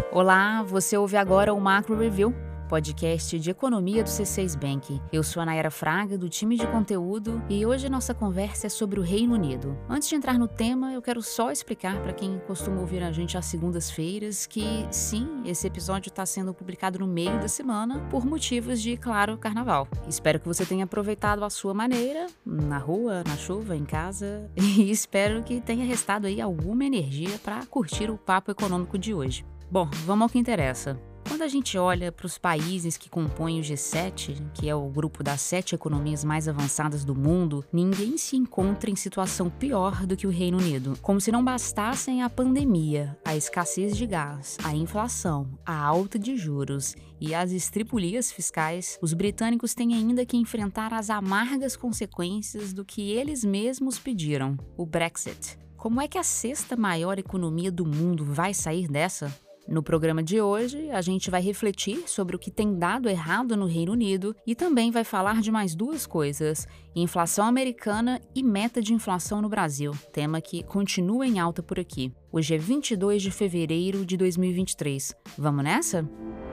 Olá, você ouve agora o Macro Review, podcast de economia do C6 Bank. Eu sou a Nayara Fraga, do time de conteúdo, e hoje nossa conversa é sobre o Reino Unido. Antes de entrar no tema, eu quero só explicar para quem costuma ouvir a gente às segundas-feiras que, sim, esse episódio está sendo publicado no meio da semana por motivos de, claro, carnaval. Espero que você tenha aproveitado à sua maneira, na rua, na chuva, em casa, e espero que tenha restado aí alguma energia para curtir o papo econômico de hoje. Bom, vamos ao que interessa. Quando a gente olha para os países que compõem o G7, que é o grupo das 7 economias mais avançadas do mundo, ninguém se encontra em situação pior do que o Reino Unido. Como se não bastassem a pandemia, a escassez de gás, a inflação, a alta de juros e as estripulias fiscais, os britânicos têm ainda que enfrentar as amargas consequências do que eles mesmos pediram, o Brexit. Como é que a sexta maior economia do mundo vai sair dessa? No programa de hoje, a gente vai refletir sobre o que tem dado errado no Reino Unido e também vai falar de mais duas coisas: inflação americana e meta de inflação no Brasil, tema que continua em alta por aqui. Hoje é 22 de fevereiro de 2023. Vamos nessa?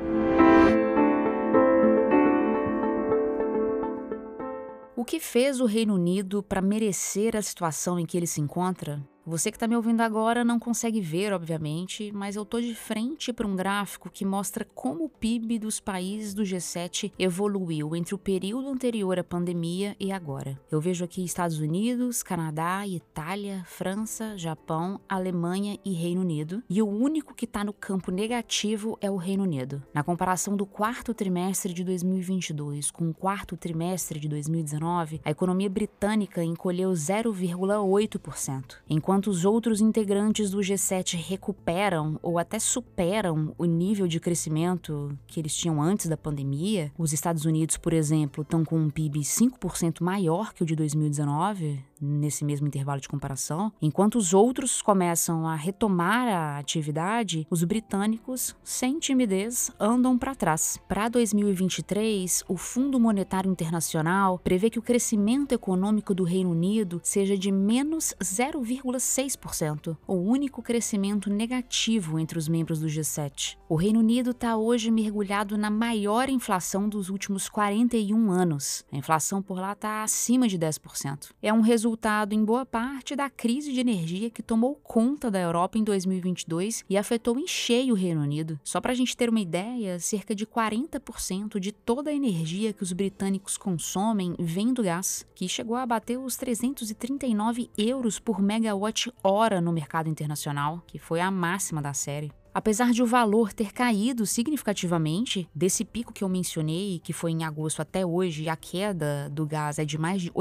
O que fez o Reino Unido para merecer a situação em que ele se encontra? Você que está me ouvindo agora não consegue ver, obviamente, mas eu tô de frente para um gráfico que mostra como o PIB dos países do G7 evoluiu entre o período anterior à pandemia e agora. Eu vejo aqui Estados Unidos, Canadá, Itália, França, Japão, Alemanha e Reino Unido, e o único que está no campo negativo é o Reino Unido. Na comparação do quarto trimestre de 2022 com o quarto trimestre de 2019, a economia britânica encolheu 0,8%, enquanto os outros integrantes do G7 recuperam ou até superam o nível de crescimento que eles tinham antes da pandemia. Os Estados Unidos, por exemplo, estão com um PIB 5% maior que o de 2019, nesse mesmo intervalo de comparação. Enquanto os outros começam a retomar a atividade, os britânicos, sem timidez, andam para trás. Para 2023, o Fundo Monetário Internacional prevê que o crescimento econômico do Reino Unido seja de menos 0,6%, o único crescimento negativo entre os membros do G7. O Reino Unido está hoje mergulhado na maior inflação dos últimos 41 anos. A inflação por lá está acima de 10%. É um resultado em boa parte da crise de energia que tomou conta da Europa em 2022 e afetou em cheio o Reino Unido. Só para a gente ter uma ideia, cerca de 40% de toda a energia que os britânicos consomem vem do gás, que chegou a bater os 339 euros por megawatt-hora no mercado internacional, que foi a máxima da série. Apesar de o valor ter caído significativamente, desse pico que eu mencionei, que foi em agosto até hoje, a queda do gás é de mais de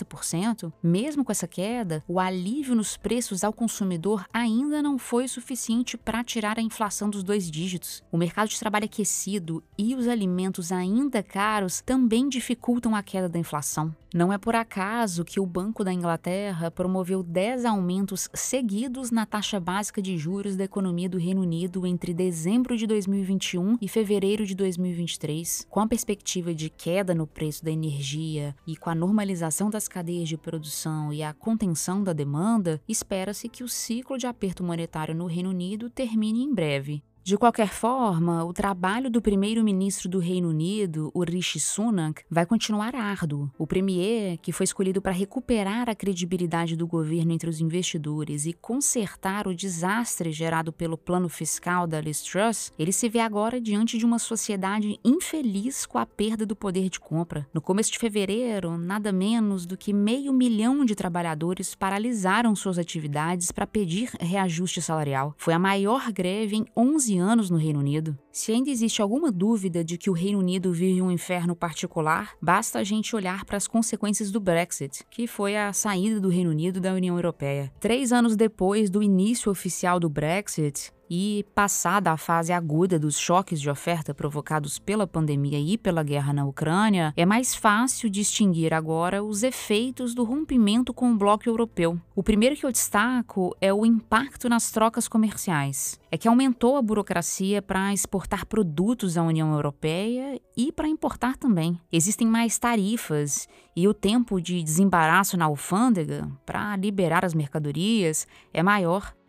80%, mesmo com essa queda, o alívio nos preços ao consumidor ainda não foi suficiente para tirar a inflação dos 2 dígitos. O mercado de trabalho aquecido e os alimentos ainda caros também dificultam a queda da inflação. Não é por acaso que o Banco da Inglaterra promoveu 10 aumentos seguidos na taxa básica de juros da economia do Reino Unido entre dezembro de 2021 e fevereiro de 2023. Com a perspectiva de queda no preço da energia e com a normalização das cadeias de produção e a contenção da demanda, espera-se que o ciclo de aperto monetário no Reino Unido termine em breve. De qualquer forma, o trabalho do primeiro-ministro do Reino Unido, o Rishi Sunak, vai continuar árduo. O premier, que foi escolhido para recuperar a credibilidade do governo entre os investidores e consertar o desastre gerado pelo plano fiscal da Liz Truss, ele se vê agora diante de uma sociedade infeliz com a perda do poder de compra. No começo de fevereiro, nada menos do que 500 mil de trabalhadores paralisaram suas atividades para pedir reajuste salarial. Foi a maior greve em 11 anos no Reino Unido. Se ainda existe alguma dúvida de que o Reino Unido vive um inferno particular, basta a gente olhar para as consequências do Brexit, que foi a saída do Reino Unido da União Europeia. 3 anos depois do início oficial do Brexit, e passada a fase aguda dos choques de oferta provocados pela pandemia e pela guerra na Ucrânia, é mais fácil distinguir agora os efeitos do rompimento com o bloco europeu. O primeiro que eu destaco é o impacto nas trocas comerciais. É que aumentou a burocracia para exportar produtos à União Europeia e para importar também. Existem mais tarifas e o tempo de desembaraço na alfândega para liberar as mercadorias é maior.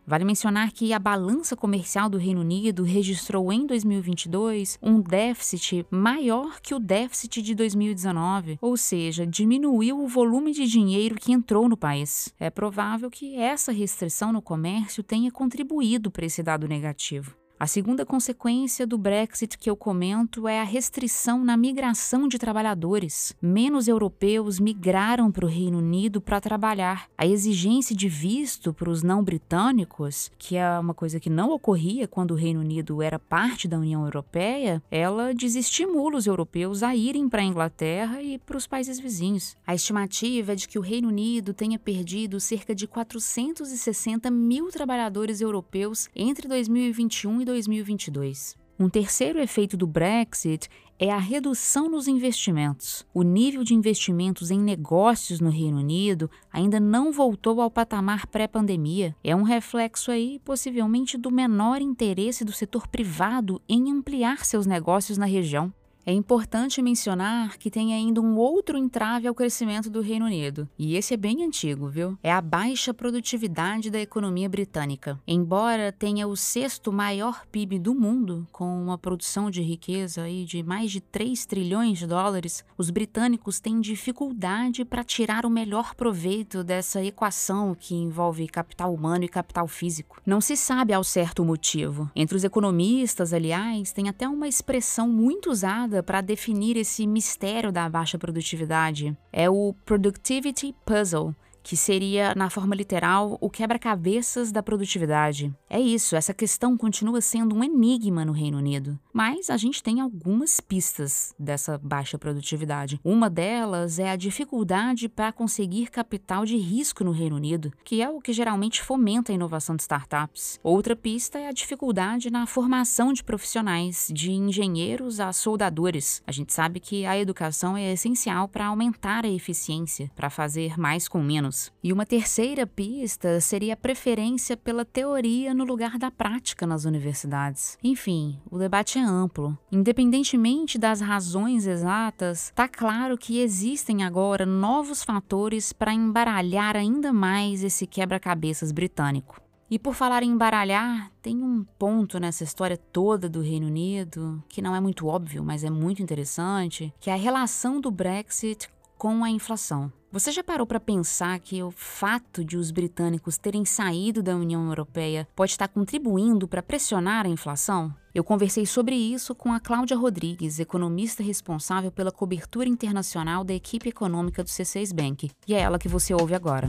Vale mencionar que a balança comercial do Reino Unido registrou em 2022 um déficit maior que o déficit de 2019, ou seja, diminuiu o volume de dinheiro que entrou no país. É provável que essa restrição no comércio tenha contribuído para esse dado negativo. A segunda consequência do Brexit que eu comento é a restrição na migração de trabalhadores. Menos europeus migraram para o Reino Unido para trabalhar. A exigência de visto para os não britânicos, que é uma coisa que não ocorria quando o Reino Unido era parte da União Europeia, ela desestimula os europeus a irem para a Inglaterra e para os países vizinhos. A estimativa é de que o Reino Unido tenha perdido cerca de 460 mil trabalhadores europeus entre 2021 e 2022. Um terceiro efeito do Brexit é a redução nos investimentos. O nível de investimentos em negócios no Reino Unido ainda não voltou ao patamar pré-pandemia. É um reflexo aí, possivelmente, do menor interesse do setor privado em ampliar seus negócios na região. É importante mencionar que tem ainda um outro entrave ao crescimento do Reino Unido, e esse é bem antigo, viu? É a baixa produtividade da economia britânica. Embora tenha o sexto maior PIB do mundo, com uma produção de riqueza aí de mais de 3 trilhões de dólares, os britânicos têm dificuldade para tirar o melhor proveito dessa equação que envolve capital humano e capital físico. Não se sabe ao certo o motivo. Entre os economistas, aliás, tem até uma expressão muito usada para definir esse mistério da baixa produtividade. É o Productivity Puzzle, que seria, na forma literal, o quebra-cabeças da produtividade. É isso, essa questão continua sendo um enigma no Reino Unido. Mas a gente tem algumas pistas dessa baixa produtividade. Uma delas é a dificuldade para conseguir capital de risco no Reino Unido, que é o que geralmente fomenta a inovação de startups. Outra pista é a dificuldade na formação de profissionais, de engenheiros a soldadores. A gente sabe que a educação é essencial para aumentar a eficiência, para fazer mais com menos. E uma terceira pista seria a preferência pela teoria no lugar da prática nas universidades. Enfim, o debate é amplo. Independentemente das razões exatas, está claro que existem agora novos fatores para embaralhar ainda mais esse quebra-cabeças britânico. E por falar em embaralhar, tem um ponto nessa história toda do Reino Unido, que não é muito óbvio, mas é muito interessante, que é a relação do Brexit com a inflação. Você já parou para pensar que o fato de os britânicos terem saído da União Europeia pode estar contribuindo para pressionar a inflação? Eu conversei sobre isso com a Cláudia Rodrigues, economista responsável pela cobertura internacional da equipe econômica do C6 Bank. E é ela que você ouve agora.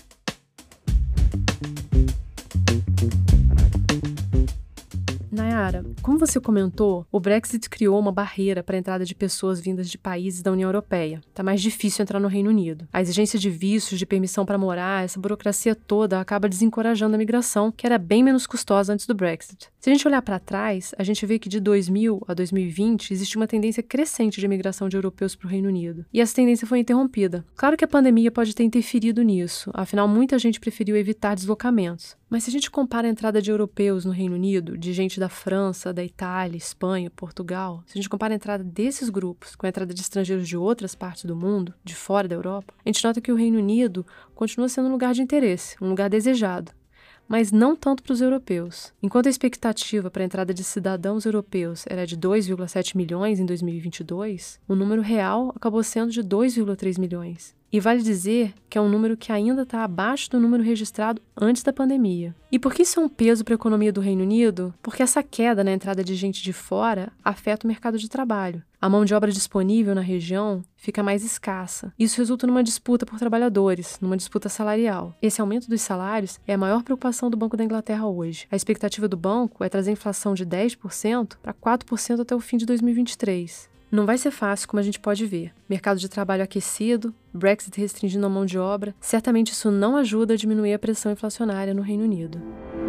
Nayara, como você comentou, o Brexit criou uma barreira para a entrada de pessoas vindas de países da União Europeia. Está mais difícil entrar no Reino Unido. A exigência de vistos, de permissão para morar, essa burocracia toda acaba desencorajando a migração, que era bem menos custosa antes do Brexit. Se a gente olhar para trás, a gente vê que de 2000 a 2020 existe uma tendência crescente de migração de europeus para o Reino Unido. E essa tendência foi interrompida. Claro que a pandemia pode ter interferido nisso, afinal muita gente preferiu evitar deslocamentos. Mas se a gente compara a entrada de europeus no Reino Unido, de gente da França, da Itália, Espanha, Portugal, se a gente compara a entrada desses grupos com a entrada de estrangeiros de outras partes do mundo, de fora da Europa, a gente nota que o Reino Unido continua sendo um lugar de interesse, um lugar desejado, mas não tanto para os europeus. Enquanto a expectativa para a entrada de cidadãos europeus era de 2,7 milhões em 2022, o número real acabou sendo de 2,3 milhões. E vale dizer que é um número que ainda está abaixo do número registrado antes da pandemia. E por que isso é um peso para a economia do Reino Unido? Porque essa queda na entrada de gente de fora afeta o mercado de trabalho. A mão de obra disponível na região fica mais escassa. Isso resulta numa disputa por trabalhadores, numa disputa salarial. Esse aumento dos salários é a maior preocupação do Banco da Inglaterra hoje. A expectativa do banco é trazer a inflação de 10% para 4% até o fim de 2023. Não vai ser fácil, como a gente pode ver. Mercado de trabalho aquecido, Brexit restringindo a mão de obra, certamente isso não ajuda a diminuir a pressão inflacionária no Reino Unido.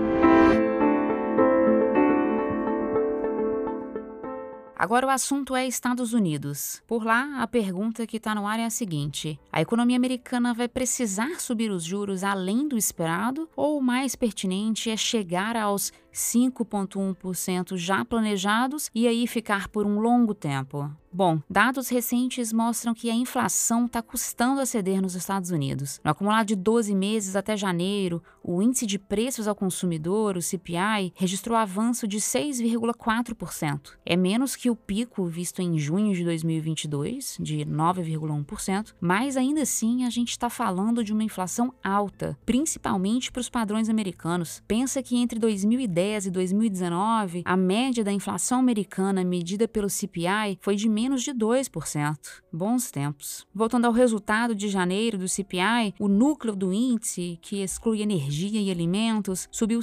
Agora o assunto é Estados Unidos. Por lá, a pergunta que está no ar é a seguinte: a economia americana vai precisar subir os juros além do esperado ou o mais pertinente é chegar aos 5,1% já planejados e aí ficar por um longo tempo. Bom, dados recentes mostram que a inflação está custando a ceder nos Estados Unidos. No acumulado de 12 meses até janeiro, o índice de preços ao consumidor, o CPI, registrou avanço de 6,4%. É menos que o pico visto em junho de 2022, de 9,1%, mas ainda assim a gente está falando de uma inflação alta, principalmente para os padrões americanos. Pensa que entre 2010 e 2019, a média da inflação americana medida pelo CPI foi de menos de 2%. Bons tempos. Voltando ao resultado de janeiro do CPI, o núcleo do índice, que exclui energia e alimentos, subiu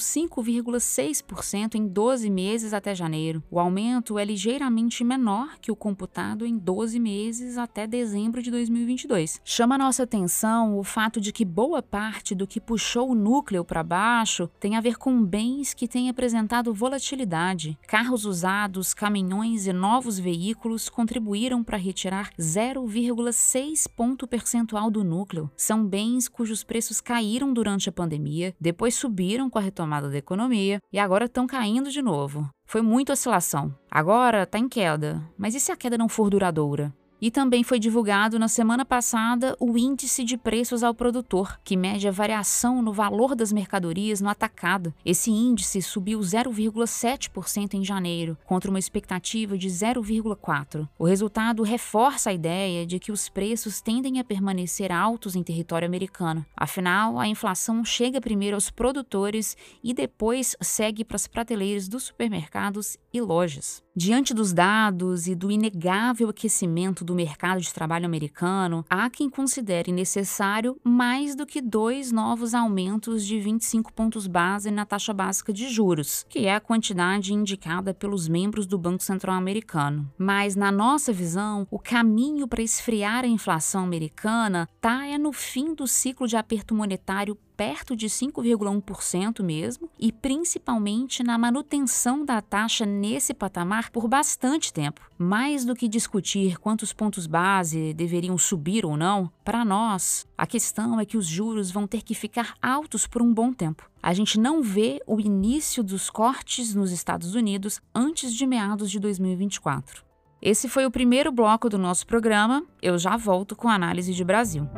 5,6% em 12 meses até janeiro. O aumento é ligeiramente menor que o computado em 12 meses até dezembro de 2022. Chama a nossa atenção o fato de que boa parte do que puxou o núcleo para baixo tem a ver com bens que têm apresentado volatilidade. Carros usados, caminhões e novos veículos contribuíram para retirar 0,6 ponto percentual do núcleo. São bens cujos preços caíram durante a pandemia, depois subiram com a retomada da economia e agora estão caindo de novo. Foi muita oscilação. Agora está em queda, mas e se a queda não for duradoura? E também foi divulgado na semana passada o Índice de Preços ao Produtor, que mede a variação no valor das mercadorias no atacado. Esse índice subiu 0,7% em janeiro, contra uma expectativa de 0,4%. O resultado reforça a ideia de que os preços tendem a permanecer altos em território americano. Afinal, a inflação chega primeiro aos produtores e depois segue para as prateleiras dos supermercados e lojas. Diante dos dados e do inegável aquecimento do mercado de trabalho americano, há quem considere necessário mais do que 2 novos aumentos de 25 pontos base na taxa básica de juros, que é a quantidade indicada pelos membros do Banco Central americano. Mas, na nossa visão, o caminho para esfriar a inflação americana está no fim do ciclo de aperto monetário perto de 5,1% mesmo, e principalmente na manutenção da taxa nesse patamar por bastante tempo. Mais do que discutir quantos pontos base deveriam subir ou não, para nós, a questão é que os juros vão ter que ficar altos por um bom tempo. A gente não vê o início dos cortes nos Estados Unidos antes de meados de 2024. Esse foi o primeiro bloco do nosso programa. Eu já volto com a análise de Brasil.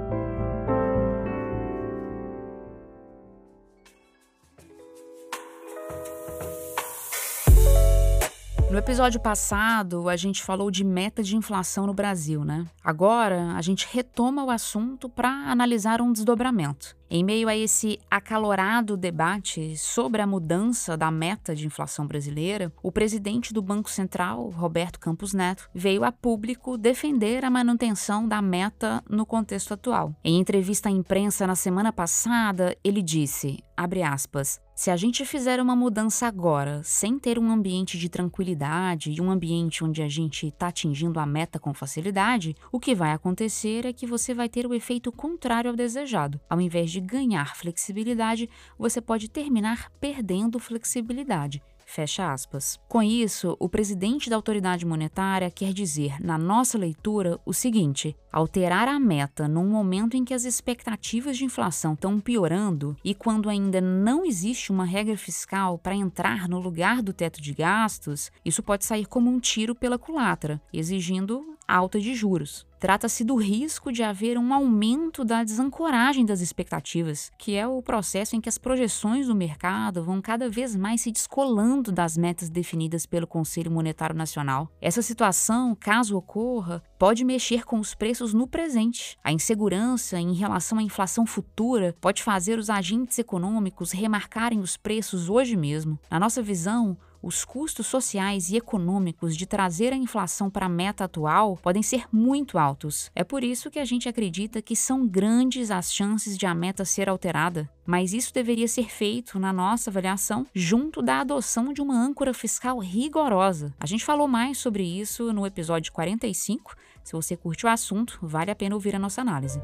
No episódio passado, a gente falou de meta de inflação no Brasil, né? Agora, a gente retoma o assunto para analisar um desdobramento. Em meio a esse acalorado debate sobre a mudança da meta de inflação brasileira, o presidente do Banco Central, Roberto Campos Neto, veio a público defender a manutenção da meta no contexto atual. Em entrevista à imprensa na semana passada, ele disse, abre aspas, se a gente fizer uma mudança agora, sem ter um ambiente de tranquilidade e um ambiente onde a gente está atingindo a meta com facilidade, o que vai acontecer é que você vai ter o efeito contrário ao desejado. Ao invés de ganhar flexibilidade, você pode terminar perdendo flexibilidade. Fecha aspas. Com isso, o presidente da autoridade monetária quer dizer, na nossa leitura, o seguinte: alterar a meta num momento em que as expectativas de inflação estão piorando e quando ainda não existe uma regra fiscal para entrar no lugar do teto de gastos, isso pode sair como um tiro pela culatra, exigindo alta de juros. Trata-se do risco de haver um aumento da desancoragem das expectativas, que é o processo em que as projeções do mercado vão cada vez mais se descolando das metas definidas pelo Conselho Monetário Nacional. Essa situação, caso ocorra, pode mexer com os preços no presente. A insegurança em relação à inflação futura pode fazer os agentes econômicos remarcarem os preços hoje mesmo. Na nossa visão, os custos sociais e econômicos de trazer a inflação para a meta atual podem ser muito altos. É por isso que a gente acredita que são grandes as chances de a meta ser alterada. Mas isso deveria ser feito, na nossa avaliação, junto da adoção de uma âncora fiscal rigorosa. A gente falou mais sobre isso no episódio 45. Se você curte o assunto, vale a pena ouvir a nossa análise.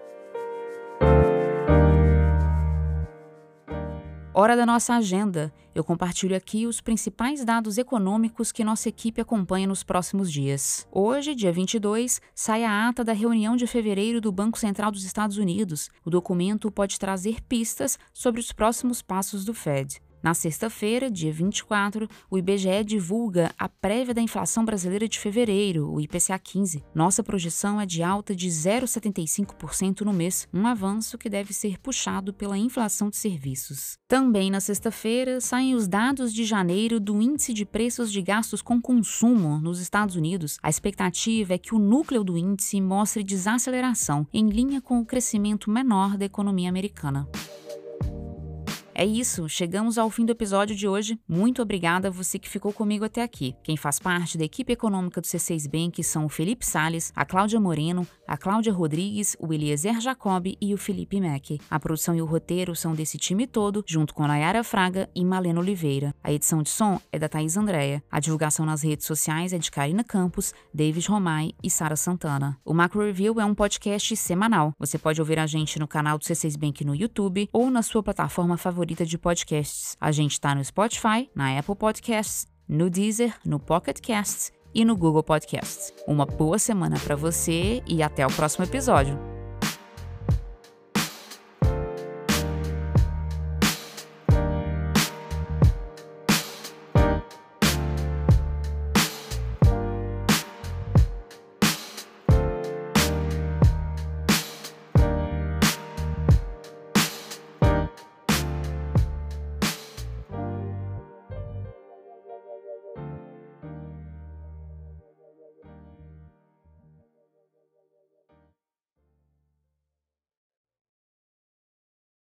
Hora da nossa agenda. Eu compartilho aqui os principais dados econômicos que nossa equipe acompanha nos próximos dias. Hoje, dia 22, sai a ata da reunião de fevereiro do Banco Central dos Estados Unidos. O documento pode trazer pistas sobre os próximos passos do Fed. Na sexta-feira, dia 24, o IBGE divulga a prévia da inflação brasileira de fevereiro, o IPCA-15. Nossa projeção é de alta de 0,75% no mês, um avanço que deve ser puxado pela inflação de serviços. Também na sexta-feira, saem os dados de janeiro do Índice de Preços de Gastos com Consumo nos Estados Unidos. A expectativa é que o núcleo do índice mostre desaceleração, em linha com o crescimento menor da economia americana. É isso, chegamos ao fim do episódio de hoje. Muito obrigada a você que ficou comigo até aqui. Quem faz parte da equipe econômica do C6 Bank são o Felipe Salles, a Cláudia Moreno, a Cláudia Rodrigues, o Eliezer Jacob e o Felipe Mack. A produção e o roteiro são desse time todo, junto com Nayara Fraga e Malena Oliveira. A edição de som é da Thaís Andréa. A divulgação nas redes sociais é de Karina Campos, David Romai e Sara Santana. O Macro Review é um podcast semanal. Você pode ouvir a gente no canal do C6 Bank no YouTube ou na sua plataforma favorita de podcasts. A gente está no Spotify, na Apple Podcasts, no Deezer, no Pocket Casts e no Google Podcasts. Uma boa semana para você e até o próximo episódio.